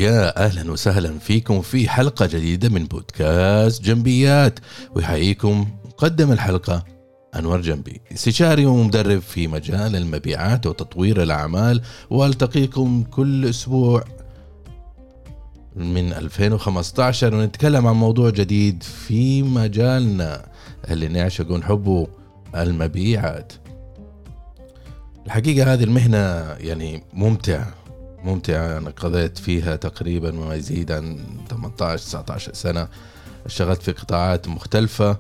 يا أهلا وسهلا فيكم في حلقة جديدة من بودكاست جنبيات. ويحييكم مقدم الحلقة أنور جنبي، استشاري ومدرب في مجال المبيعات وتطوير الأعمال، وألتقيكم كل أسبوع من 2015 ونتكلم عن موضوع جديد في مجالنا اللي نعشق ونحبه، المبيعات. الحقيقة هذه المهنة يعني ممتعة. أنا قضيت فيها تقريبا ما يزيد عن 18-19 سنة. اشتغلت في قطاعات مختلفة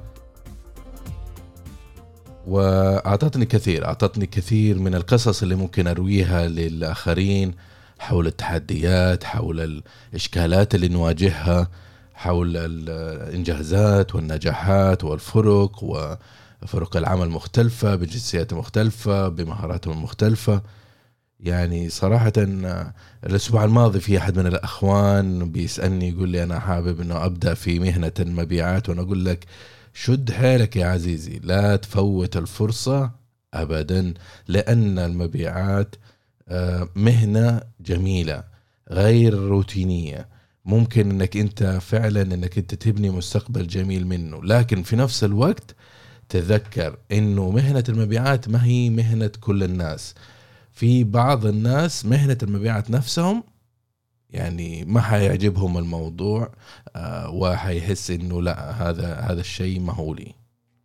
وأعطتني كثير من القصص اللي ممكن أرويها للآخرين حول التحديات، حول الإشكالات اللي نواجهها، حول الإنجازات والنجاحات والفرق وفرق العمل مختلفة بجنسيات مختلفة بمهاراتهم المختلفة. يعني صراحة الأسبوع الماضي في أحد من الأخوان بيسألني يقول لي أنا حابب أنه أبدأ في مهنة المبيعات، وأنا أقول لك شد حيلك يا عزيزي، لا تفوت الفرصة أبدا، لأن المبيعات مهنة جميلة غير روتينية. ممكن أنك أنت فعلا أنك أنت تبني مستقبل جميل منه، لكن في نفس الوقت تذكر أنه مهنة المبيعات ما هي مهنة كل الناس. في بعض الناس مهنة المبيعات نفسهم يعني ما حيعجبهم الموضوع وحيحس انه لا، هذا الشيء ما هو لي.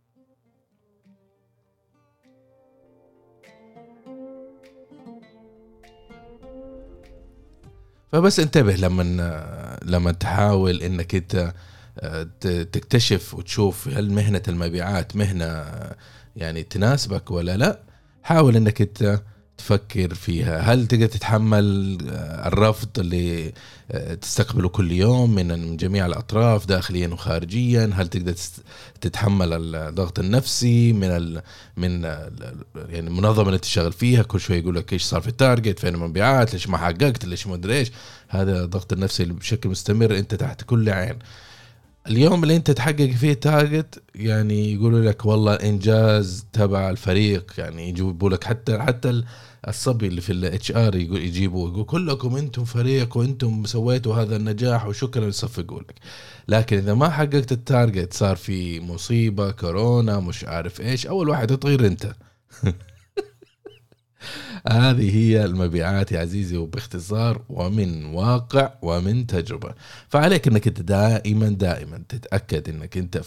فبس انتبه لما تحاول انك انت تكتشف وتشوف هل مهنة المبيعات مهنة يعني تناسبك ولا لا. حاول انك انت تفكر فيها، هل تقدر تتحمل الرفض اللي تستقبله كل يوم من جميع الأطراف داخليا وخارجيا؟ هل تقدر تتحمل الضغط النفسي من يعني المنظمة اللي تشتغل فيها، كل شوي يقول لك ايش صار في التارجت، فين المبيعات، ليش ما حققت، ليش ما ادري ايش. هذا الضغط النفسي بشكل مستمر، انت تحت كل عين. اليوم اللي انت تحقق فيه تارجت يعني يقولوا لك والله انجاز تبع الفريق، يعني يجيبوا لك حتى الصبي اللي في الاتش ار يقول كلكم انتم فريق وانتم سويتوا هذا النجاح وشكرا، يصفقوا لك. لكن اذا ما حققت التارجت، صار في مصيبة كورونا مش عارف ايش، اول واحد تطير انت. هذه هي المبيعات يا عزيزي، وباختصار ومن واقع ومن تجربة. فعليك انك انت دائما تتأكد انك انت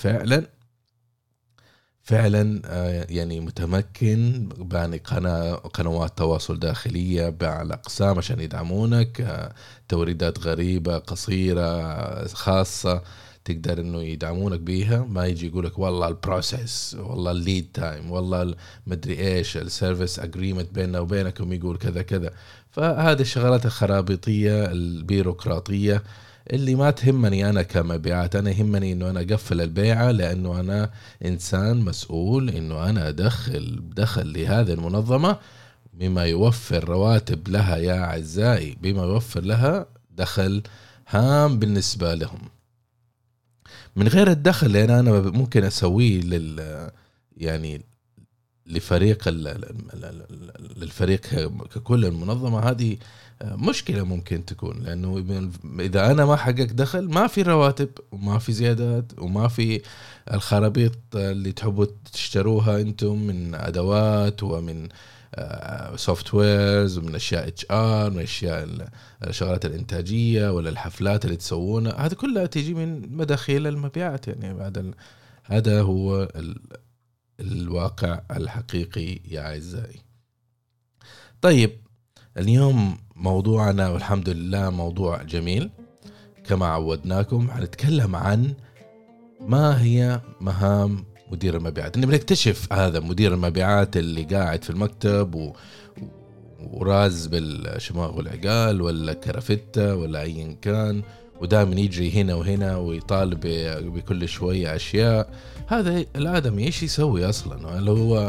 فعلا يعني متمكن، باني قنوات تواصل داخلية على أقسام عشان يدعمونك، توريدات غريبة قصيرة خاصة تقدر انه يدعمونك بيها. ما يجي يقولك والله البروسيس، والله الليد تايم، والله مدري ايش السيرفيس اجريمنت بيننا وبينكم يقول كذا كذا. فهذه الشغلات الخرابيطية البيروقراطية اللي ما تهمني أنا كمبيعات. أنا يهمني إنه أنا أقفل البيعة، لأنه أنا إنسان مسؤول إنه أنا أدخل دخل لهذه المنظمة بما يوفر رواتب لها يا أعزائي، بما يوفر لها دخل هام بالنسبة لهم. من غير الدخل اللي أنا ممكن أسويه يعني لفريق للفريق ككل، المنظمة هذه مشكلة ممكن تكون، لأنه إذا أنا ما حقق دخل ما في رواتب وما في زيادات وما في الخرابيط اللي تحبوا تشتروها أنتم من أدوات ومن سوفت ويرز ومن أشياء HR، من أشياء الشغلات الإنتاجية ولا الحفلات اللي تسوونها، هذا كلها تيجي من مداخيل المبيعات. يعني هذا هو الواقع الحقيقي يا أعزائي. طيب اليوم موضوعنا والحمد لله موضوع جميل كما عودناكم. هنتكلم عن ما هي مهام مدير المبيعات. بنكتشف هذا مدير المبيعات اللي قاعد في المكتب وراز بالشماغ والعقال ولا كرافتة ولا أي كان، ودائما يجري هنا وهنا ويطالب بكل شوية أشياء. هذا الآدمي إيش يسوي أصلا؟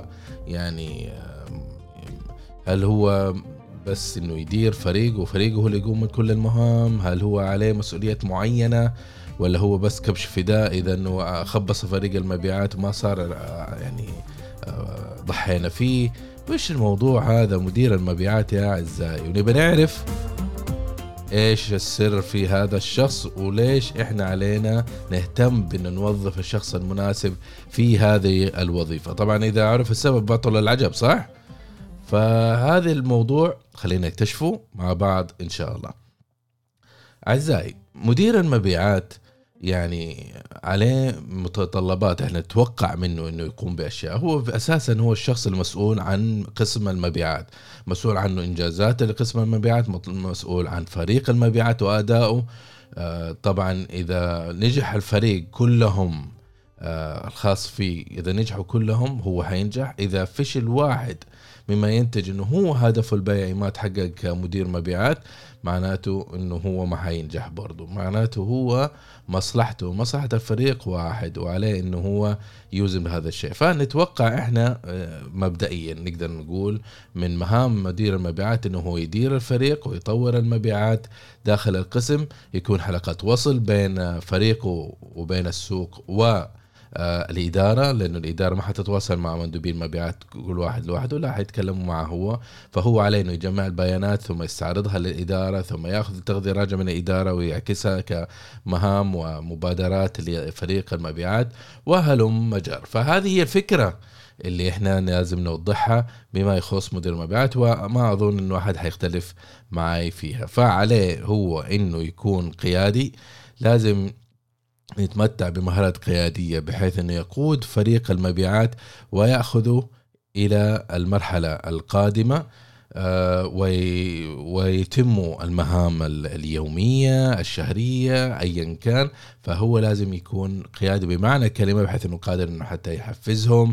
هل هو بس إنه يدير فريق وفريقه هو اللي يقوم من كل المهام؟ هل هو عليه مسؤوليات معينة، ولا هو بس كبش فداء إذا إنه خبص فريق المبيعات وما صار يعني ضحينا فيه؟ وإيش الموضوع هذا مدير المبيعات يا أعزائي؟ ونبي نعرف إيش السر في هذا الشخص، وليش إحنا علينا نهتم بأن نوظف الشخص المناسب في هذه الوظيفة. طبعا إذا عرف السبب بطل العجب، صح؟ فهذا الموضوع خلينا نكتشفه مع بعض إن شاء الله. أعزائي، مدير المبيعات يعني عليه متطلبات احنا نتوقع منه انه يقوم باشياء. هو اساسا هو الشخص المسؤول عن قسم المبيعات، مسؤول عنه انجازات لقسم المبيعات، مسؤول عن فريق المبيعات وادائه. طبعا اذا نجح الفريق كلهم الخاص فيه، اذا نجحوا كلهم هو حينجح. اذا فشل واحد مما ينتج انه هو هدفه البيعي ما تحقق كمدير مبيعات، معناته انه هو ما حينجح برضه. معناته هو مصلحته ومصلحة الفريق واحد، وعليه انه هو يوزن بهذا الشيء. فنتوقع احنا مبدئيا نقدر نقول من مهام مدير المبيعات انه هو يدير الفريق ويطور المبيعات داخل القسم، يكون حلقة وصل بين فريقه وبين السوق الإدارة، لأنه الإدارة ما حتتواصل مع مندوبين مبيعات كل واحد لوحده، لا حيتكلموا معه هو. فهو عليه إنه يجمع البيانات ثم يستعرضها للإدارة، ثم يأخذ تغذية راجعة من الإدارة ويعكسها كمهام ومبادرات لفريق المبيعات وهلم مجر. فهذه هي الفكرة اللي إحنا لازم نوضحها بما يخص مدير المبيعات، وما أظن إنه أحد حيختلف معي فيها. فعليه هو إنه يكون قيادي، لازم يتمتع بمهارات قيادية بحيث أنه يقود فريق المبيعات ويأخذه إلى المرحلة القادمة، ويتم المهام اليومية الشهرية أيا كان. فهو لازم يكون قيادي بمعنى الكلمة، بحيث أنه قادر أنه حتى يحفزهم.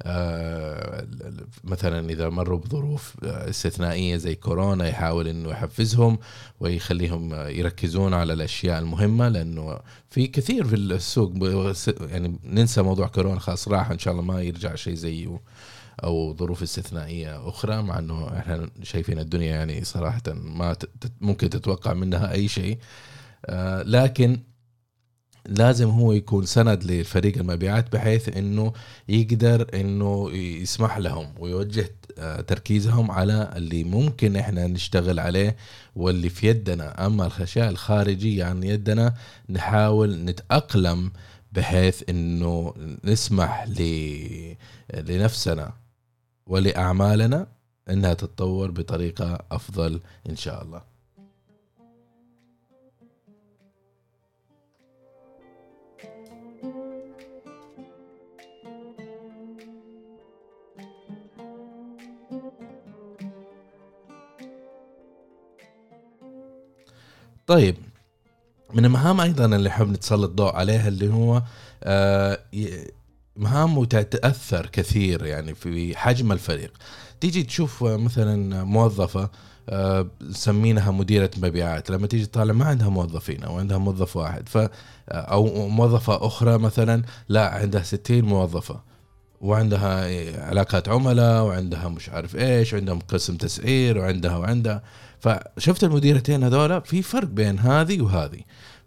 مثلا إذا مروا بظروف استثنائية زي كورونا، يحاول أنه يحفزهم ويخليهم يركزون على الأشياء المهمة، لأنه في كثير في السوق يعني ننسى موضوع كورونا خلاص راح، إن شاء الله ما يرجع شيء زيه أو ظروف استثنائية أخرى، مع أنه إحنا شايفين الدنيا يعني صراحة ما ممكن تتوقع منها أي شيء. لكن لازم هو يكون سند لفريق المبيعات بحيث أنه يقدر أنه يسمح لهم ويوجه تركيزهم على اللي ممكن إحنا نشتغل عليه واللي في يدنا. أما الأشياء الخارجية عن يدنا نحاول نتأقلم بحيث أنه نسمح لنفسنا ولأعمالنا أنها تتطور بطريقة أفضل إن شاء الله. طيب، من المهام أيضا اللي حاب نتسلط ضوء عليها اللي هو مهام تتأثر كثير يعني في حجم الفريق. تيجي تشوف مثلا موظفة سمينها مديرة مبيعات، لما تيجي تطالع ما عندها موظفين أو عندها موظف واحد، أو موظفة أخرى مثلا لا عندها 60 موظفة، وعندها علاقات عملاء، وعندها مش عارف إيش، وعندهم قسم تسعير، وعندها. فشفت المديرتين هذولا في فرق بين هذه وهذه،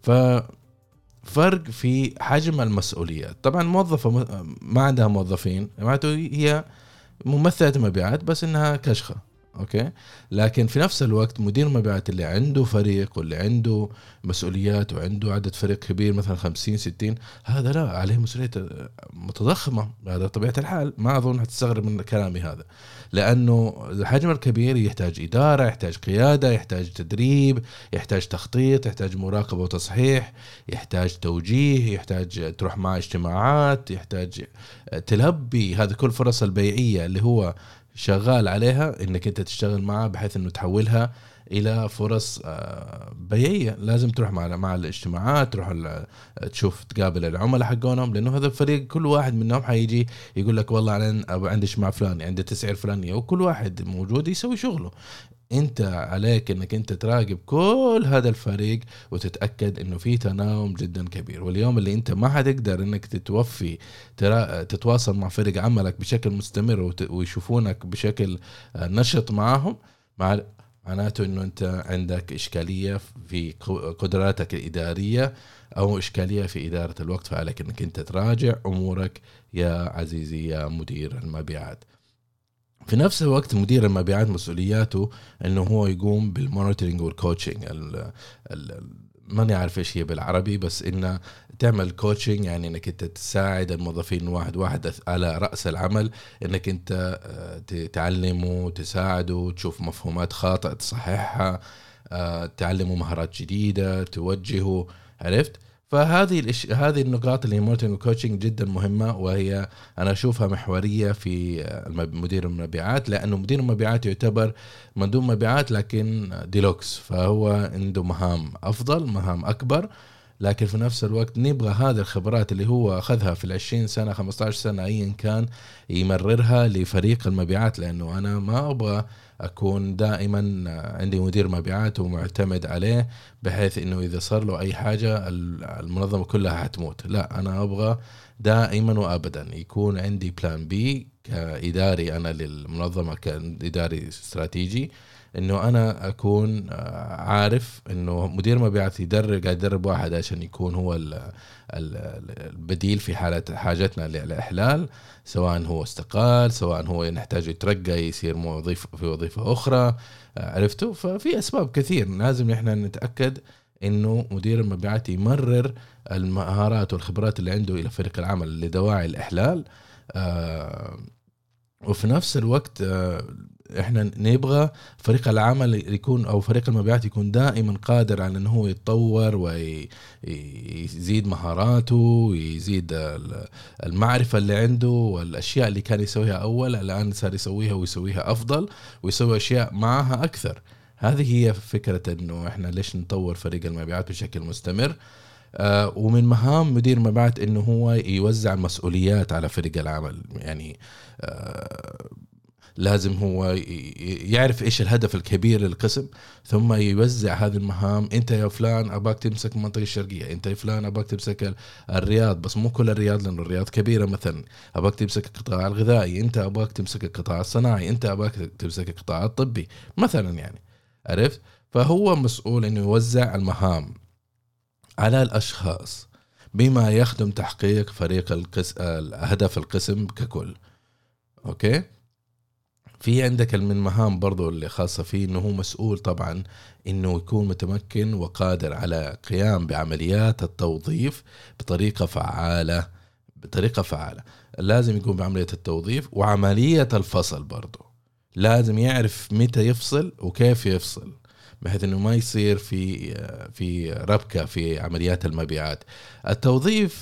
فرق في حجم المسؤوليات. طبعا موظفة ما عندها موظفين معناته هي ممثلة مبيعات بس انها كشخة، اوكي. لكن في نفس الوقت مدير المبيعات اللي عنده فريق واللي عنده مسؤوليات وعنده عدد فريق كبير مثلا 50-60، هذا لا عليه مسؤولية متضخمة. هذا طبيعة الحال، ما أظن هتستغرب من كلامي هذا، لأنه الحجم الكبير يحتاج إدارة، يحتاج قيادة، يحتاج تدريب، يحتاج تخطيط، يحتاج مراقبة وتصحيح، يحتاج توجيه، يحتاج تروح مع اجتماعات، يحتاج تلبي هذه كل فرص البيعية اللي هو شغال عليها انك انت تشتغل معه بحيث انه تحولها الى فرص بيعية. لازم تروح مع الاجتماعات، تروح تشوف تقابل العملاء حقونهم، لانه هذا الفريق كل واحد منهم حيجي يقول لك والله انا عندي اجتماع فلاني، عندي تسعير فلانية، وكل واحد موجود يسوي شغله. انت عليك انك انت تراقب كل هذا الفريق وتتأكد انه في تناغم جدا كبير. واليوم اللي انت ما حتقدر انك تتواصل مع فريق عملك بشكل مستمر ويشوفونك بشكل نشط معهم، معناته انه انت عندك اشكالية في قدراتك الادارية او اشكالية في ادارة الوقت. فعليك انك انت تراجع امورك يا عزيزي يا مدير المبيعات. في نفس الوقت مدير المبيعات مسؤولياته انه هو يقوم بالمونيتورنج والكوتشنج. ماني عارف ايش هي بالعربي، بس انه تعمل كوتشنج يعني انك انت تساعد الموظفين واحد واحد على رأس العمل، انك انت تعلمه، تساعده، تشوف مفهومات خاطئة تصححها، تعلمه مهارات جديدة، توجهه. عرفت؟ هذه النقاط اللي هي ماركتنج وكوتشنج جدا مهمة، وهي أنا أشوفها محورية في مدير المبيعات، لأنه مدير المبيعات يعتبر مندوب مبيعات لكن ديلوكس، فهو عنده مهام أفضل، مهام أكبر، لكن في نفس الوقت نبغى هذه الخبرات اللي هو أخذها في 20 سنة 15 سنة أيا كان يمررها لفريق المبيعات، لأنه أنا ما أبغى أكون دائما عندي مدير مبيعات ومعتمد عليه بحيث إنه إذا صار له أي حاجة المنظمة كلها هتموت. لا، أنا أبغى دائما وأبدا يكون عندي بلان بي كإداري أنا للمنظمة، كإداري استراتيجي، إنه أنا أكون عارف إنه مدير مبيعات قاعد يدرب واحد عشان يكون هو البديل في حالة حاجتنا للإحلال، سواء هو استقال، سواء هو نحتاج يترقى يصير موظف في وظيفة أخرى. عرفتوا؟ ففي أسباب كثير لازم إحنا نتأكد إنه مدير المبيعات يمرر المهارات والخبرات اللي عنده إلى فريق العمل لدواعي الإحلال. وفي نفس الوقت احنا نبغى فريق العمل يكون او فريق المبيعات يكون دائما قادر على انه هو يتطور ويزيد مهاراته ويزيد المعرفة اللي عنده، والاشياء اللي كان يسويها اول الان صار يسويها ويسويها افضل ويسوي اشياء معها اكثر. هذه هي فكرة انه احنا ليش نطور فريق المبيعات بشكل مستمر. ومن مهام مدير المبيعات انه هو يوزع المسؤوليات على فريق العمل، يعني لازم هو يعرف إيش الهدف الكبير للقسم، ثم يوزع هذه المهام. أنت يا فلان أباك تمسك المنطقة الشرقية، أنت يا فلان أباك تمسك الرياض، بس مو كل الرياض لأنه الرياض كبيرة، مثلا أباك تمسك القطاع الغذائي، أنت أباك تمسك القطاع الصناعي، أنت أباك تمسك القطاع الطبي مثلا، يعني عرفت؟ فهو مسؤول أنه يوزع المهام على الأشخاص بما يخدم تحقيق هدف القسم ككل. أوكي؟ في عندك من مهام برضو اللي خاصة فيه انه هو مسؤول طبعا انه يكون متمكن وقادر على قيام بعمليات التوظيف بطريقة فعالة. لازم يكون بعملية التوظيف وعملية الفصل برضو، لازم يعرف متى يفصل وكيف يفصل، بحيث انه ما يصير في ربكة في عمليات المبيعات. التوظيف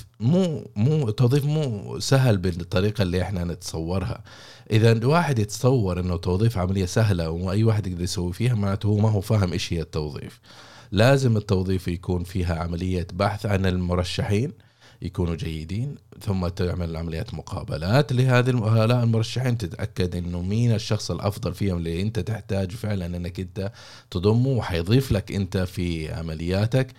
مو سهل بالطريقة اللي احنا نتصورها. اذا الواحد يتصور انه توظيف عملية سهلة واي واحد يقدر يسوي فيها، معناته هو ما هو فاهم ايش هي التوظيف. لازم التوظيف يكون فيها عملية بحث عن المرشحين يكونوا جيدين، ثم تعمل عمليات مقابلات هؤلاء المرشحين، تتأكد انه مين الشخص الافضل فيهم اللي انت تحتاج فعلا انك انت تضمه وحيضيف لك انت في عملياتك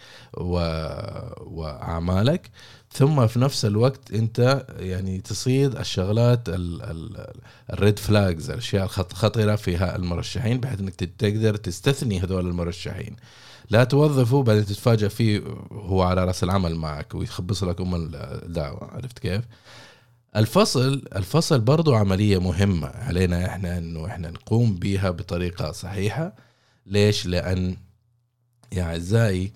واعمالك. ثم في نفس الوقت انت يعني تصيد الشغلات الريد فلاجز، الاشياء الخطيرة في المرشحين، بحيث انك تقدر تستثني هذول المرشحين. لا توظفه بعدين تتفاجأ فيه هو على رأس العمل معك ويخبص لك الدعوة. عرفت كيف؟ الفصل برضو عملية مهمة علينا احنا احنا نقوم بها بطريقة صحيحة. ليش؟ لأن يا أعزائي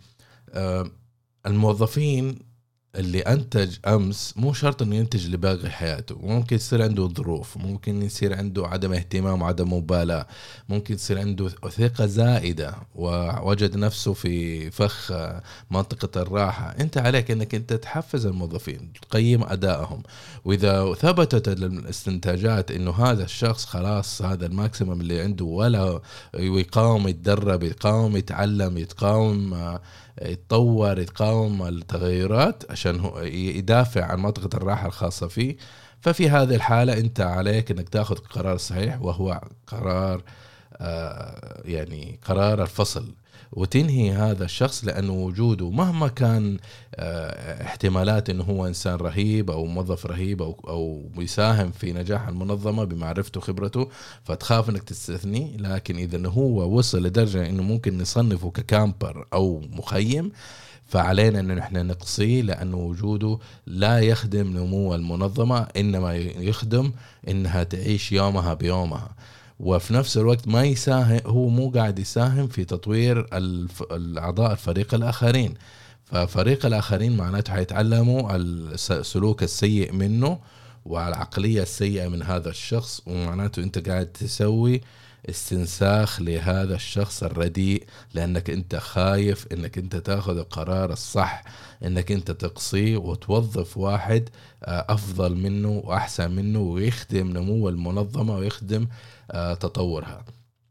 الموظفين اللي أنتج أمس مو شرط أنه ينتج لباقي حياته. ممكن يصير عنده ظروف، ممكن يصير عنده عدم اهتمام وعدم مبالاة، ممكن يصير عنده ثقة زائدة ووجد نفسه في فخ منطقة الراحة. أنت عليك أنك أنت تحفز الموظفين، تقيم أدائهم، وإذا ثبتت الاستنتاجات أنه هذا الشخص خلاص هذا الماكسيمم اللي عنده، ولا يقاوم يتدرب، يقاوم يتعلم، يتطور، يتقاوم التغيرات عشان هو يدافع عن منطقة الراحة الخاصة فيه، ففي هذه الحالة أنت عليك أنك تأخذ قرار صحيح، وهو قرار يعني قرار الفصل، وتنهي هذا الشخص. لأنه وجوده مهما كان احتمالات أنه هو إنسان رهيب أو موظف رهيب أو يساهم في نجاح المنظمة بمعرفته وخبرته، فتخاف أنك تستثني. لكن إذا هو وصل لدرجة أنه ممكن نصنفه ككامبر أو مخيم، فعلينا أن نحن نقصيه، لأنه وجوده لا يخدم نمو المنظمة، إنما يخدم إنها تعيش يومها بيومها. وفي نفس الوقت ما يساهم، هو مو قاعد يساهم في تطوير الأعضاء الفريق الآخرين. ففريق الآخرين معناته حيتعلموا السلوك السيء منه والعقلية السيئة من هذا الشخص، ومعناته أنت قاعد تسوي استنساخ لهذا الشخص الرديء، لأنك أنت خايف أنك أنت تأخذ القرار الصح، أنك أنت تقصيه وتوظف واحد أفضل منه وأحسن منه ويخدم نمو المنظمة ويخدم تطورها.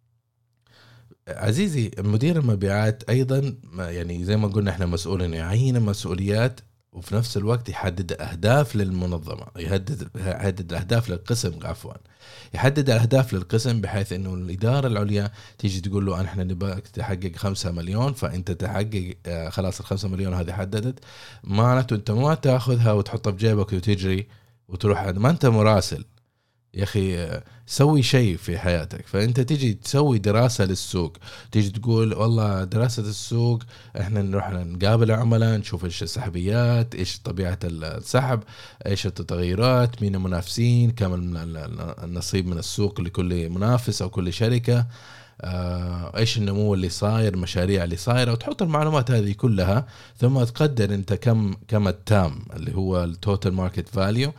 عزيزي مدير المبيعات أيضا يعني زي ما قلنا إحنا مسؤول إنه يعين مسؤوليات، وفي نفس الوقت يحدد أهداف للمنظمة، يحدد أهداف للقسم، عفوا يحدد أهداف للقسم، بحيث إنه الإدارة العليا تيجي تقول له إحنا نبغاك تحقق 5 مليون، فأنت تحقق خلاص 5 مليون هذه حددت، معناته أنت ما تأخذها وتحطها بجيبك وتجري وتروح، ما أنت مراسل يا أخي، سوي شيء في حياتك. فأنت تيجي تسوي دراسة للسوق، تيجي تقول والله دراسة السوق، إحنا نروح نقابل عملاء، نشوف إيش السحبيات، إيش طبيعة السحب، إيش التغيرات، مين المنافسين، كم النصيب من السوق لكل منافس أو كل شركة، إيش النمو اللي صاير، المشاريع اللي صايرة، وتحط المعلومات هذه كلها، ثم تقدر أنت كم التام اللي هو التوتال ماركت فاليو،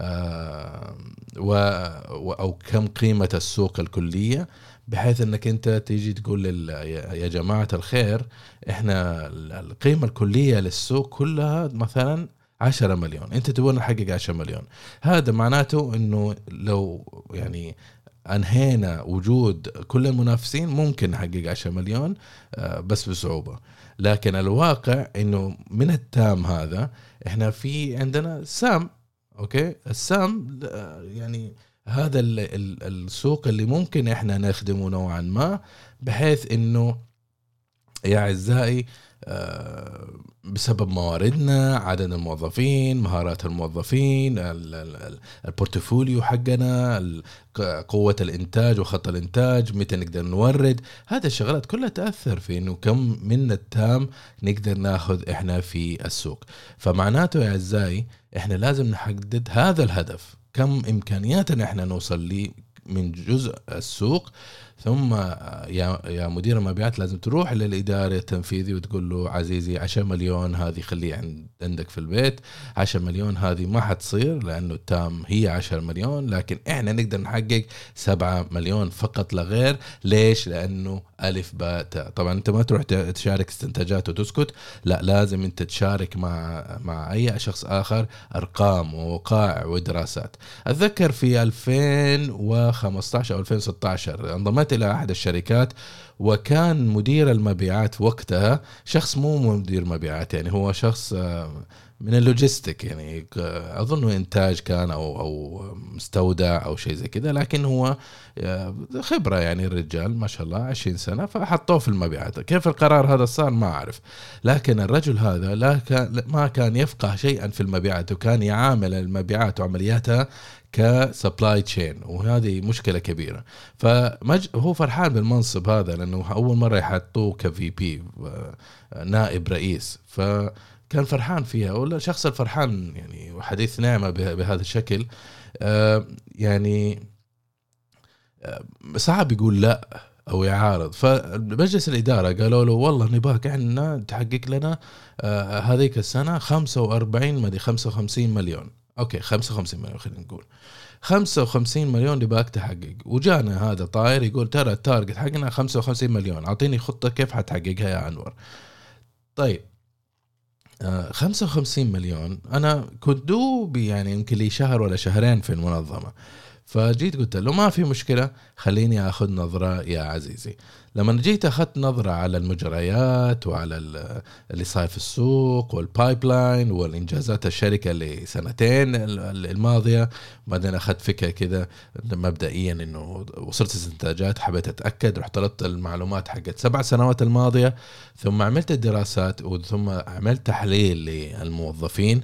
أو كم قيمة السوق الكلية، بحيث أنك أنت تيجي تقول يا جماعة الخير، إحنا القيمة الكلية للسوق كلها مثلا 10 مليون، أنت تبون نحقق 10 مليون. هذا معناته أنه لو يعني أنهينا وجود كل المنافسين ممكن نحقق 10 مليون بس بصعوبة. لكن الواقع أنه من التام هذا إحنا في عندنا سام، أوكي، السام يعني هذا السوق اللي ممكن إحنا نخدمه نوعا ما، بحيث أنه يا أعزائي بسبب مواردنا، عدد الموظفين، مهارات الموظفين، البورتفوليو حقنا، قوة الإنتاج وخط الإنتاج، متى نقدر نورد، هذه الشغلات كلها تأثر في إنه كم من التام نقدر ناخذ إحنا في السوق. فمعناته يا أعزائي إحنا لازم نحدد هذا الهدف، كم إمكانياتنا إحنا نوصل لي من جزء السوق، ثم يا مدير المبيعات لازم تروح للإدارة التنفيذي وتقول له عزيزي 10 مليون هذه خليه عندك في البيت، 10 مليون هذه ما حتصير لأنه التام هي 10 مليون، لكن إحنا نقدر نحقق 7 مليون فقط لا غير. ليش؟ لأنه ألف باء تاء. طبعا أنت ما تروح تشارك استنتاجات وتسكت، لا، لازم أنت تشارك مع أي شخص آخر أرقام ووقائع ودراسات. أتذكر في 2015 أو 2016 انضميت إلى أحد الشركات، وكان مدير المبيعات وقتها شخص مو مدير مبيعات، يعني هو شخص من اللوجيستيك، يعني أظنه إنتاج كان أو مستودع أو شيء زي كذا، لكن هو خبرة، يعني الرجال ما شاء الله 20 سنة، فحطوه في المبيعات. كيف القرار هذا صار ما أعرف، لكن الرجل هذا ما كان يفقه شيئا في المبيعات، وكان يعامل المبيعات وعملياتها كسبلاي تشين، وهذه مشكلة كبيرة. فهو فرحان بالمنصب هذا لأنه أول مرة يحطوه كفي بي، نائب رئيس، فكان فرحان فيها. ولا شخص الفرحان يعني وحديث نعمة بهذا الشكل، يعني صعب يقول لا أو يعارض. فمجلس الإدارة قالوا له والله نباك عنا تحقق لنا هذيك السنة 55 مليون. أوكي 55 مليون، خلينا نقول 55 مليون نباك تحقق. وجانا هذا طاير يقول ترى التارجت حقنا 55 مليون، أعطيني خطة كيف حتحققها يا أنور. طيب 55 مليون، أنا كنت دوبي يعني يمكن لي شهر ولا شهرين في المنظمة، فجيت قلت له ما في مشكلة، خليني أخذ نظرة يا عزيزي. لما جيت أخذت نظرة على المجريات وعلى اللي صاير في السوق والبايبلاين والإنجازات الشركة لسنتين الماضية، بعدين أخذت فكرة كذا مبدئيا إنه وصلت استنتاجات، حبيت أتأكد، رحت طلبت المعلومات حقت 7 سنوات الماضية، ثم عملت الدراسات، ثم عملت تحليل للموظفين،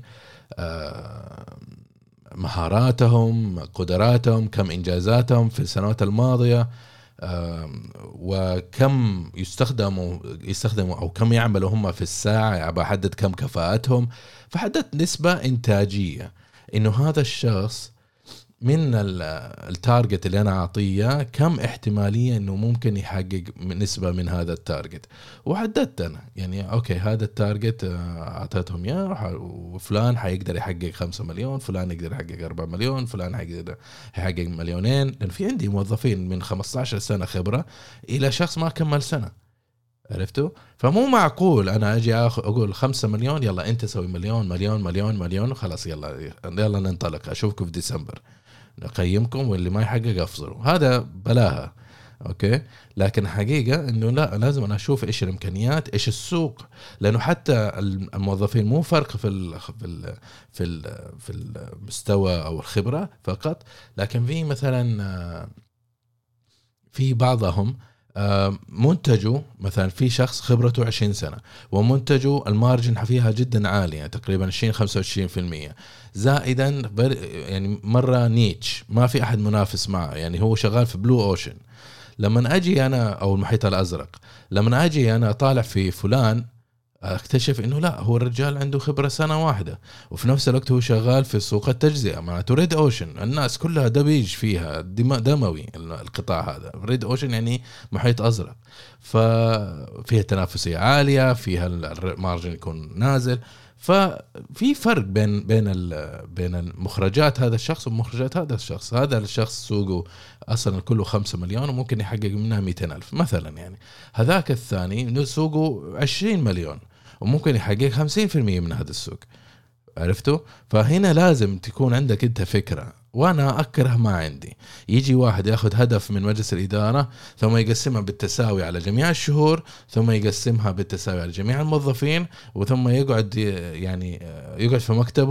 مهاراتهم، قدراتهم، كم إنجازاتهم في السنوات الماضية. وكم يستخدموا أو كم يعملوا هم في الساعة، بحدد كم كفاءتهم، فحددت نسبة إنتاجية إنه هذا الشخص من التارجت اللي أنا أعطيه كم احتمالية إنه ممكن يحقق نسبة من هذا التارجت. وحددت أنا يعني أوكي هذا التارجت أعطيتهم إياه، وفلان حيقدر يحقق 5 مليون، فلان يقدر يحقق 4 مليون، فلان حيقدر يحقق 2 مليون. لأن في عندي موظفين من 15 سنة خبرة إلى شخص ما كمل سنة، عرفتوا؟ فمو معقول أنا أجي أقول 5 مليون يلا أنت سوي مليون مليون مليون مليون وخلاص يلا ننطلق أشوفكم في ديسمبر نقيمكم، واللي ما يحقق أفضلوا. هذا بلاها أوكي. لكن حقيقة إنه لا، لازم أنا أشوف إيش الإمكانيات، إيش السوق. لأنه حتى الموظفين مو فرق في المستوى أو الخبرة فقط، لكن في مثلا في بعضهم منتجه مثلا في شخص خبرته 20 سنة ومنتجه المارجن فيها جدا عالية، تقريبا 20-25%، زائدا يعني مرة نيتش ما في أحد منافس معه، يعني هو شغال في بلو أوشن. لما أجي أنا أو المحيط الأزرق، لما أجي أنا أطالع في فلان اكتشف انه لا، هو الرجال عنده خبرة سنة واحدة، وفي نفس الوقت هو شغال في سوق التجزئة معناته ريد اوشن، الناس كلها دبيج فيها دموي القطاع هذا. ريد اوشن يعني محيط ازرق، ففيها تنافسية عالية، فيها المارجن يكون نازل. ففي فرق بين المخرجات هذا الشخص ومخرجات هذا الشخص. هذا الشخص سوقه اصلا كله 5 مليون وممكن يحقق منها 200,000 مثلا، يعني هذاك الثاني سوقه 20 مليون وممكن يحقق 50% من هذا السوق، عرفتوا؟ فهنا لازم تكون عندك انت فكرة. وانا اكره ما عندي يجي واحد ياخذ هدف من مجلس الإدارة ثم يقسمها بالتساوي على جميع الشهور، ثم يقسمها بالتساوي على جميع الموظفين، وثم يقعد يعني يقعد في مكتبه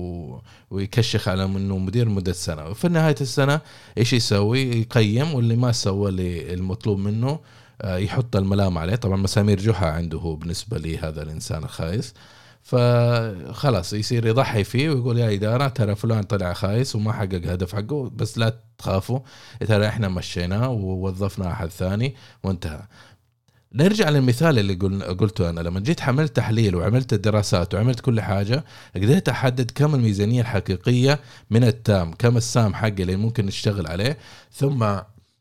ويكشخ على انه مدير مدة سنة، وفي نهاية السنة ايش يسوي؟ يقيم، واللي ما سوى اللي المطلوب منه يحط الملام عليه. طبعا مسامير جحا عنده هو بالنسبة لي هذا الإنسان الخايس، فخلاص يصير يضحي فيه ويقول يا إدارة ترى فلان طلع خايس وما حقق هدف حقه، بس لا تخافوا ترى احنا مشيناه ووظفنا أحد ثاني وانتهى. نرجع للمثال اللي قلته أنا، لما جيت حملت تحليل وعملت الدراسات وعملت كل حاجة، قدرت أحدد كم الميزانية الحقيقية من التام، كم السام حق اللي ممكن نشتغل عليه. ثم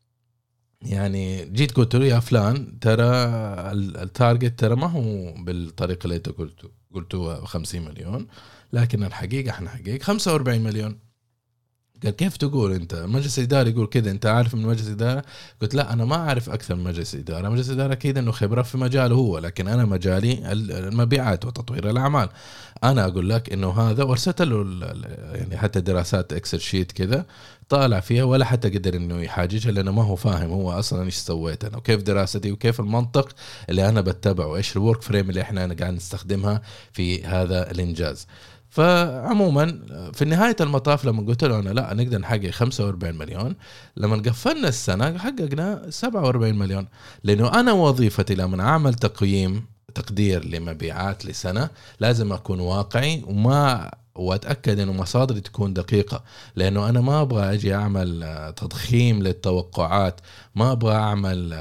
يعني جيت قلت له يا فلان ترى التارجت ترى ما هو بالطريقة اللي انت قلته 50 مليون، لكن الحقيقة احنا حقيقة 45 مليون. قال كيف تقول انت؟ مجلس الاداره يقول كذا، انت عارف من مجلس الاداره؟ قلت لا انا ما اعرف اكثر من مجلس الاداره. مجلس الاداره اكيد انه خبره في مجاله هو، لكن انا مجالي المبيعات وتطوير الاعمال. انا اقول لك انه هذا، وارسلت له يعني حتى دراسات اكسل شيت كذا طالع فيها، ولا حتى قدر انه يحاججها لانه ما هو فاهم هو اصلا ايش سويت انا وكيف دراستي وكيف المنطق اللي انا بتبعه وايش الورك فريم اللي احنا قاعد نستخدمها في هذا الانجاز. فعموما في نهاية المطاف لما قلت له أنا لا نقدر نحقق 45 مليون، لما قفلنا السنة حققنا 47 مليون. لأنه أنا وظيفتي لما أعمل تقدير لمبيعات لسنة لازم أكون واقعي وأتأكد أنه مصادري تكون دقيقة، لأنه أنا ما أبغى أجي أعمل تضخيم للتوقعات، ما أبغى أعمل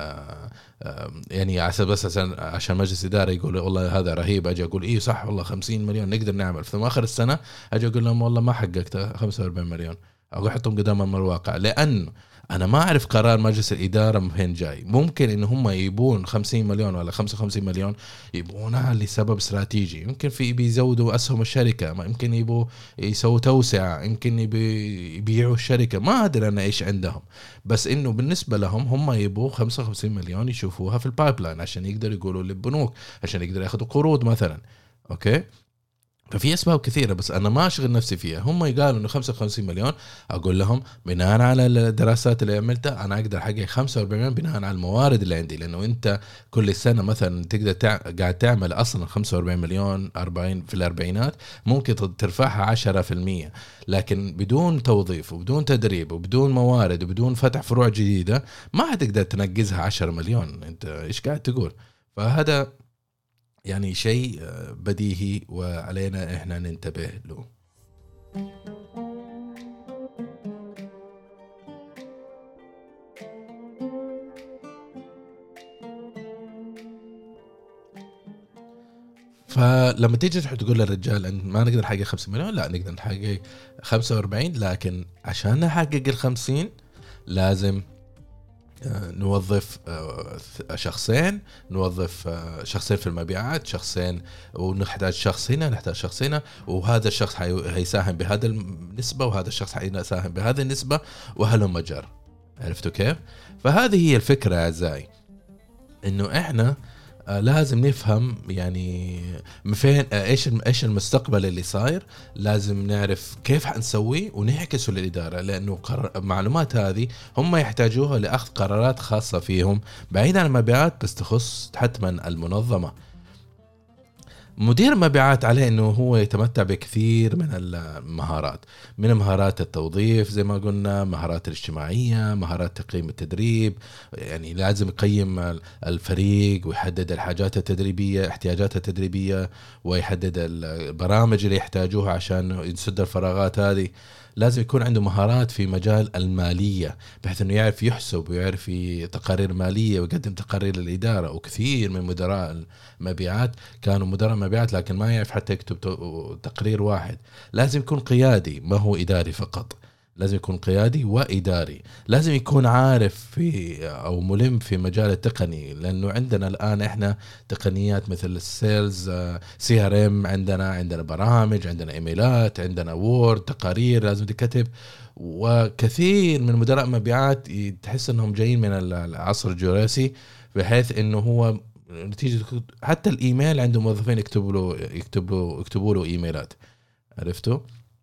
يعني بس عشان مجلس إدارة يقول والله هذا رهيب، أجي أقول إيه صح والله 50 مليون نقدر نعمل، في آخر السنة أجي أقول لهم والله ما حققت 45 مليون، أقول أحطهم قدام الواقع. لأن أنا ما أعرف قرار مجلس الإدارة من فين جاي. ممكن إن هم يبون 50 مليون ولا 55 مليون يبونها لسبب استراتيجي، يمكن في بيزودوا أسهم الشركة، يمكن يبوا يسووا توسعة، يمكن يبيعوا الشركة، ما أدري أنا إيش عندهم. بس إنه بالنسبة لهم هم يبوا 55 مليون يشوفوها في البايبلاين عشان يقدروا يقولوا للبنوك، عشان يقدروا ياخدوا قروض مثلا. أوكي، ففي أسباب كثيرة بس أنا ما أشغل نفسي فيها. هم يقالوا إنه 55 مليون، أقول لهم بناء على الدراسات اللي عملتها أنا أقدر أحقق 45 مليون بناء على الموارد اللي عندي. لأنه أنت كل سنة مثلا تقدر قاعد تعمل أصلا 45 مليون 40 في الأربعينات، ممكن ترفعها 10%، لكن بدون توظيف وبدون تدريب وبدون موارد وبدون فتح فروع جديدة ما هتقدر تنقزها 10 مليون. أنت إيش قاعد تقول؟ فهذا يعني شيء بديهي وعلينا إحنا ننتبه له. فلما تيجي تقول للرجال أن ما نقدر نحقق 50 مليون، لا نقدر نحقق 45، لكن عشان نحقق 50 لازم نوظف شخصين، نوظف شخصين في المبيعات، شخصين، ونحتاج شخص هنا، نحتاج شخص هنا، وهذا الشخص هيساهم بهذا النسبة، وهذا الشخص هيساهم بهذه النسبة، وهلم جر. عرفتوا كيف؟ فهذه هي الفكرة يا أعزائي، إنه إحنا لازم نفهم يعني من فين ايش المستقبل اللي صاير، لازم نعرف كيف حنسوي ونعكسه للإدارة، لأنه المعلومات هذه هم يحتاجوها لأخذ قرارات خاصة فيهم بعيد عن المبيعات، بس تخص حتما المنظمة. مدير المبيعات عليه انه هو يتمتع بكثير من المهارات، من مهارات التوظيف زي ما قلنا، مهارات الاجتماعية، مهارات تقييم التدريب، يعني لازم يقيم الفريق ويحدد الحاجات التدريبية، احتياجات التدريبية، ويحدد البرامج اللي يحتاجوها عشان يسد الفراغات هذه. لازم يكون عنده مهارات في مجال المالية، بحيث انه يعرف يحسب ويعرف تقارير مالية ويقدم تقارير للإدارة. وكثير من مدراء المبيعات كانوا مدراء مبيعات لكن ما يعرف حتى يكتب تقرير واحد. لازم يكون قيادي، ما هو إداري فقط، لازم يكون قيادي وإداري. لازم يكون عارف في أو ملم في مجال التقني، لأنه عندنا الآن إحنا تقنيات مثل السيلز، CRM، عندنا برامج، عندنا إيميلات، عندنا وورد، تقارير لازم تكتب. وكثير من مدراء مبيعات تحس أنهم جايين من العصر الجوراسي، بحيث أنه هو نتيجة حتى الإيميل عنده موظفين يكتبوا له إيميلات. عرفتوا؟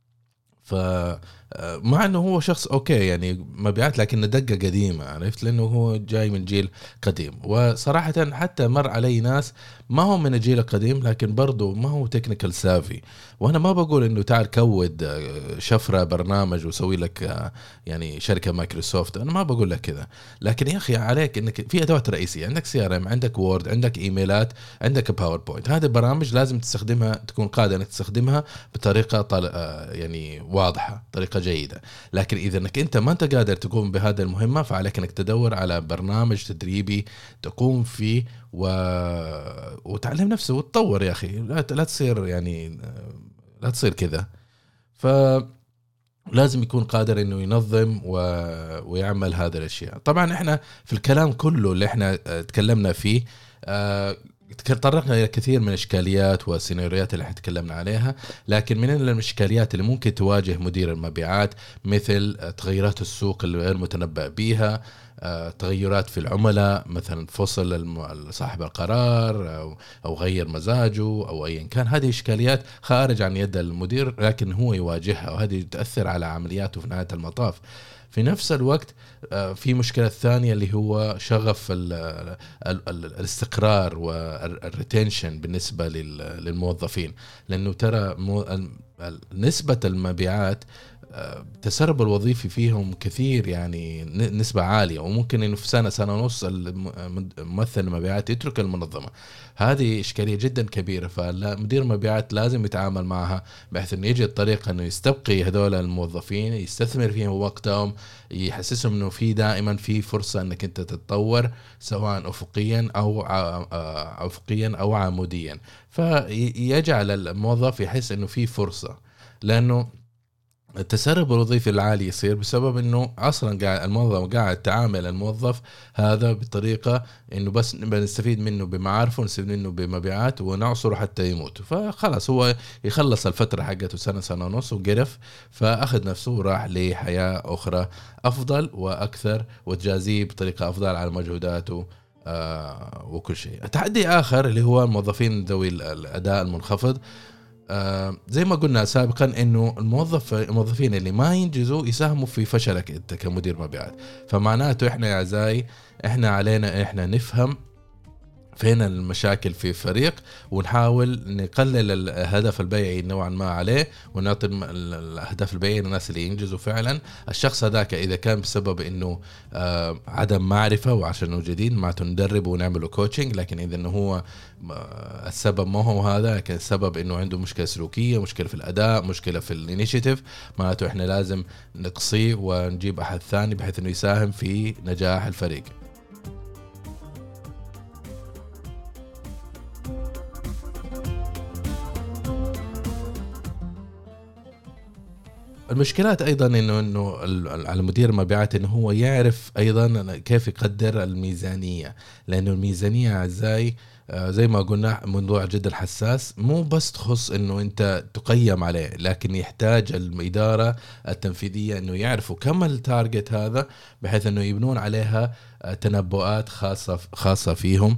فمع انه هو شخص اوكي يعني مبيعات، لكن دقة قديمة، عرفت، لانه هو جاي من جيل قديم. وصراحة حتى مر علي ناس ما هو من الجيل القديم لكن برضو ما هو تكنيكال سافي. وانا ما بقول انه تعال كود شفرة برنامج وسوي لك يعني شركة مايكروسوفت، انا ما بقول لك كذا. لكن يا اخي عليك انك في ادوات رئيسية، عندك CRM، عندك وورد، عندك ايميلات، عندك باوربوينت. هذه البرامج لازم تستخدمها، تكون قادر انك تستخدمها بطريقة يعني واضحة، طريقة جيدة. لكن إذا أنك أنت ما أنت قادر تقوم بهذا المهمة، فعليك أنك تدور على برنامج تدريبي تقوم فيه وتعلم نفسه وتطور. يا أخي لا تصير يعني لا تصير كذا. فلازم يكون قادر إنه ينظم ويعمل هذه الأشياء. طبعا إحنا في الكلام كله اللي إحنا تكلمنا فيه تطرقنا إلى كثير من الإشكاليات والسيناريوهات اللي تكلمنا عليها، لكن من الإشكاليات اللي ممكن تواجه مدير المبيعات مثل تغيرات السوق اللي غير متنبأ بها، تغيرات في العملاء، مثلا فصل صاحب القرار أو غير مزاجه أو أيا كان. هذه إشكاليات خارج عن يد المدير لكن هو يواجهها، وهذه تأثر على عملياته في نهاية المطاف. في نفس الوقت في مشكلة ثانية اللي هو شغف الاستقرار والريتنشن بالنسبة للموظفين، لأنه ترى نسبة المبيعات التسرب الوظيفي فيهم كثير، يعني نسبة عالية، وممكن إنه في سنة ونص ممثل المبيعات يترك المنظمة. هذه إشكالية جدا كبيرة، فمدير المبيعات لازم يتعامل معها بحيث إنه يجي الطريقة إنه يستبقي هذول الموظفين، يستثمر فيهم وقتهم، يحسسهم إنه في دائما في فرصة إنك أنت تتطور سواء أفقيا أو عموديا. فيجعل الموظف يحس إنه في فرصة، لأنه التسرب الوظيفي العالي يصير بسبب انه اصلا قاعد الموظف قاعد تعامل الموظف هذا بطريقه انه بس نستفيد منه بمعارفه ونستفيد منه بمبيعات ونعصره حتى يموت. فخلاص هو يخلص الفتره حقته سنه ونص وقرف، فاخذ نفسه وراح لحياه اخرى افضل واكثر وتجازيه بطريقه افضل على مجهوداته وكل شيء. تحدي اخر اللي هو الموظفين ذوي الاداء المنخفض. زي ما قلنا سابقا انه الموظفين اللي ما ينجزوا يساهموا في فشلك انت كمدير مبيعات. فمعناته احنا يا اعزائي احنا علينا احنا نفهم فين المشاكل في فريق، ونحاول نقلل الهدف البيعي نوعا ما عليه، ونعطي الأهداف البيعية للناس اللي ينجزوا فعلا. الشخص هذاك إذا كان بسبب إنه عدم معرفة وعشان جديد ما ندربه ونعمله كوتشنج، لكن إذا إنه هو السبب ما هو هذا، لكن السبب إنه عنده مشكلة سلوكية، مشكلة في الأداء، مشكلة في الانيشيتيف، معناته إحنا لازم نقصيه ونجيب أحد ثاني بحيث إنه يساهم في نجاح الفريق. المشكلات ايضا انه على مدير المبيعات انه هو يعرف ايضا كيف يقدر الميزانيه، لانه الميزانيه اعزائي زي ما قلنا موضوع جدا حساس، مو بس تخص انه انت تقيم عليه، لكن يحتاج الاداره التنفيذيه انه يعرفوا كم التارجت هذا، بحيث انه يبنون عليها تنبؤات خاصه فيهم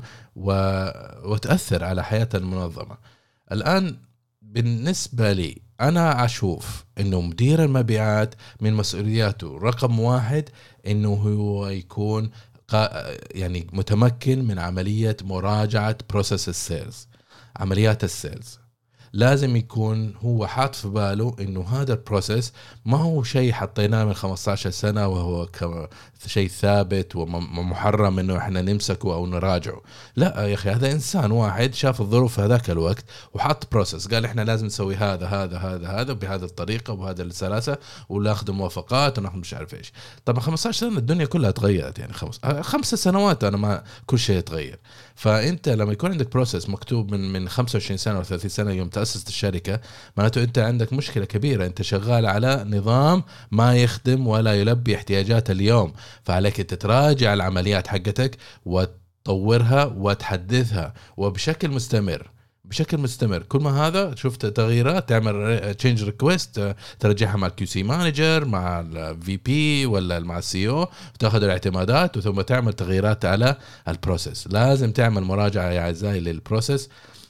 وتاثر على حياه المنظمه. الان بالنسبه لي أنا أشوف إنه مدير المبيعات من مسؤولياته رقم واحد إنه هو يكون يعني متمكن من عملية مراجعة process السيلز، عمليات السيلز. لازم يكون هو حاط في باله إنه هذا البروسيس ما هو شيء حطيناه من 15 سنة وهو شيء ثابت ومحرم إنه إحنا نمسكه أو نراجعه. لا يا أخي، هذا إنسان واحد شاف الظروف هذاك الوقت وحط بروسيس، قال إحنا لازم نسوي هذا هذا هذا هذا بهذه الطريقة وبهذا السلاسة وناخذ موافقات وناخذ مش عارف إيش. طبعا 15 سنة الدنيا كلها تغيرت، يعني 5 سنوات أنا ما كل شيء يتغير. فأنت لما يكون عندك بروسيس مكتوب من 25 سنة و 30 سنة يوم تأسست الشركة، معناته أنت عندك مشكلة كبيرة، أنت شغال على نظام ما يخدم ولا يلبي احتياجات اليوم. فعليك أنت تراجع العمليات حقتك وتطورها وتحدثها وبشكل مستمر. بشكل مستمر كل ما هذا شفت تغييرات تعمل تشينج ريكويست، ترجعها مع الكيو سي مانجر مع الفي بي ولا مع السي او، تاخذ الاعتمادات وثم تعمل تغييرات على البروسيس. لازم تعمل مراجعة يا اعزائي للبروسيس.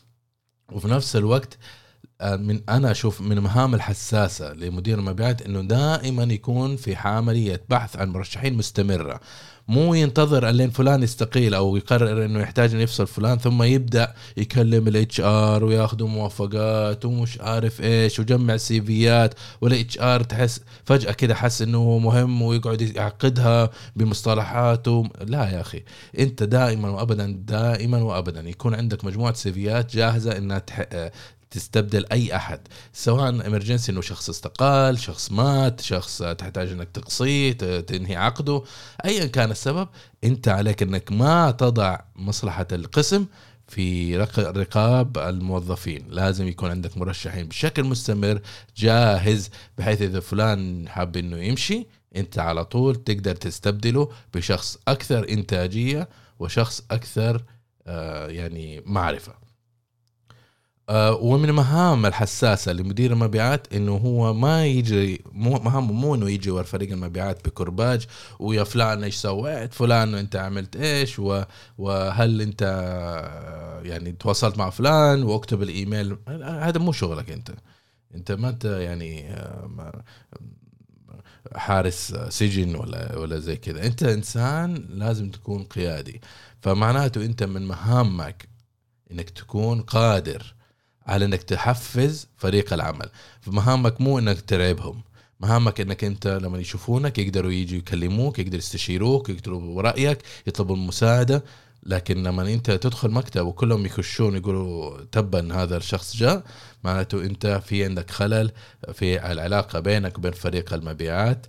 وفي نفس الوقت أنا أشوف من مهام الحساسة لمدير المبيعات إنه دائما يكون في عملية بحث عن مرشحين مستمرة، مو ينتظر ألين فلان يستقيل أو يقرر إنه يحتاج إنه يفصل فلان ثم يبدأ يكلم الاتش ار وياخذوا موافقات ومش عارف إيش وجمع سيفيات، ولا اتش ار تحس فجأة كده حس إنه مهم ويقعد يعقدها بمصطلحاته. لا يا أخي، أنت دائما وأبدا يكون عندك مجموعة سيفيات جاهزة إنها تستبدل أي أحد، سواء إمرجنسي إنه شخص استقال، شخص مات، شخص تحتاج إنك تقصيه تنهي عقده، أيا كان السبب. أنت عليك إنك ما تضع مصلحة القسم في رقاب الموظفين. لازم يكون عندك مرشحين بشكل مستمر جاهز، بحيث إذا فلان حاب إنه يمشي أنت على طول تقدر تستبدله بشخص أكثر إنتاجية وشخص أكثر يعني معرفة. ومن مهام الحساسة لمدير المبيعات إنه هو ما يجري، مو إنه يجي ورا فريق المبيعات بكرباج ويا فلان إيش سويت، فلان أنت عملت إيش، وهل أنت يعني تواصلت مع فلان واكتب الإيميل. هذا مو شغلك. أنت ما أنت يعني حارس سجن ولا زي كذا. أنت إنسان لازم تكون قيادي، فمعناته أنت من مهامك إنك تكون قادر على انك تحفز فريق العمل. فمهامك مو انك ترعبهم، مهامك انك انت لما يشوفونك يقدروا يجوا يكلموك، يقدروا يستشيروك، يطلبوا رأيك، يطلبوا المساعدة. لكن لما انت تدخل مكتب وكلهم يخشون يقولوا تبا هذا الشخص جاء، معناته انت في عندك خلل في العلاقة بينك وبين فريق المبيعات،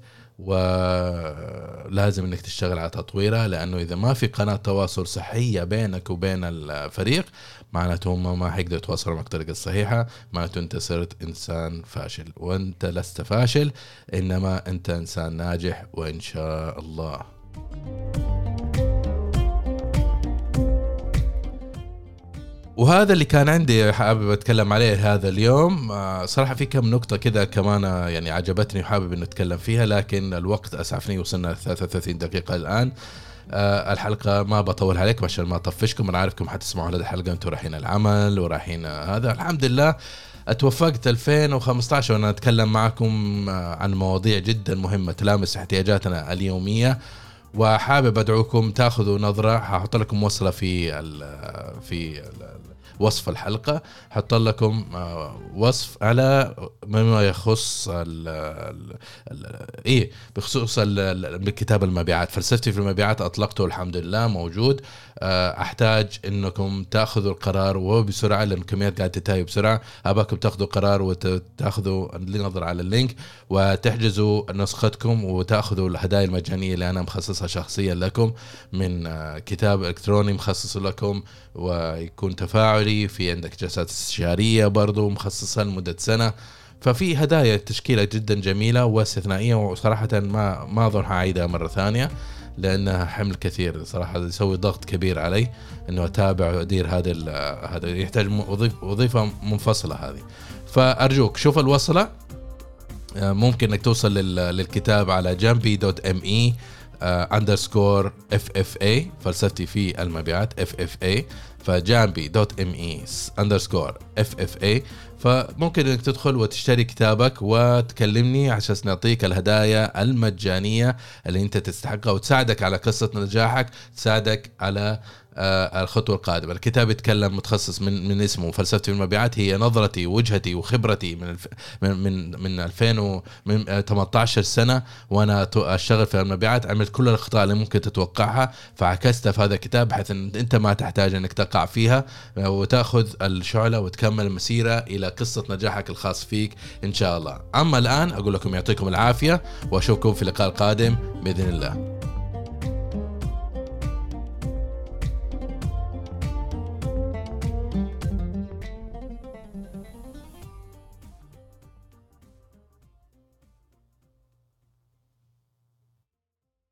ولازم انك تشتغل على تطويرها. لانه اذا ما في قناة تواصل صحية بينك وبين الفريق، معناته هم ما حيقدروا يتواصلوا معك بالطريقة الصحيحة، معناته انت صرت انسان فاشل. وانت لست فاشل، انما انت انسان ناجح وان شاء الله. وهذا اللي كان عندي حابب أتكلم عليه هذا اليوم. صراحة في كم نقطة كذا كمان يعني عجبتني وحابب إنه أتكلم فيها، لكن الوقت أسعفني، وصلنا 33 دقيقة الآن. الحلقة ما بطول عليكم عشان ما أطفشكم، أنا عارفكم حتسمعوا هذه الحلقة أنتوا رايحين العمل ورايحين هذا. الحمد لله اتوفقت 2015 وأنا أتكلم معكم عن مواضيع جدا مهمة تلامس احتياجاتنا اليومية، وحابب أدعوكم تأخذوا نظرة. هحط لكم موصلة في وصف الحلقة، حط لكم وصف على ما يخص بخصوص كتاب المبيعات، فلسفتي في المبيعات أطلقته الحمد لله موجود. أحتاج إنكم تأخذوا القرار وبسرعة، لأن الكميات قاعدة تنتهي بسرعة. أباكم تأخذوا قرار وتأخذوا نظرة على اللينك وتحجزوا نسختكم وتأخذوا الهدايا المجانية اللي أنا مخصصها شخصيا لكم من كتاب إلكتروني مخصص لكم، ويكون تفاعلي. في عندك جلسات استشارية برضو مخصصة لمدة سنة. ففي هدايا تشكيلة جدا جميلة واستثنائية، وصراحة ما أظن هعيدها مرة ثانية لأنها حمل كثير صراحة، يسوي ضغط كبير علي إنه أتابع وأدير هذا يحتاج وظيفة منفصلة هذه. فأرجوك شوف الوصلة، ممكن إنك توصل للكتاب على jambi.me _FFA، فلسفتي في المبيعات FFA، فجامبي.me _FFA. فممكن انك تدخل وتشتري كتابك وتكلمني عشان نعطيك الهدايا المجانية اللي انت تستحقها وتساعدك على قصة نجاحك، تساعدك على الخطوة القادمة. الكتاب يتكلم متخصص من اسمه فلسفتي في المبيعات، هي نظرتي ووجهتي وخبرتي من 2018 سنة وانا اشتغل في المبيعات. عملت كل الاخطاء اللي ممكن تتوقعها فعكستها في هذا الكتاب بحيث ان انت ما تحتاج انك تقع فيها وتاخذ الشعلة وتكمل المسيرة الى قصة نجاحك الخاص فيك ان شاء الله. اما الان اقول لكم يعطيكم العافية واشوفكم في اللقاء القادم باذن الله.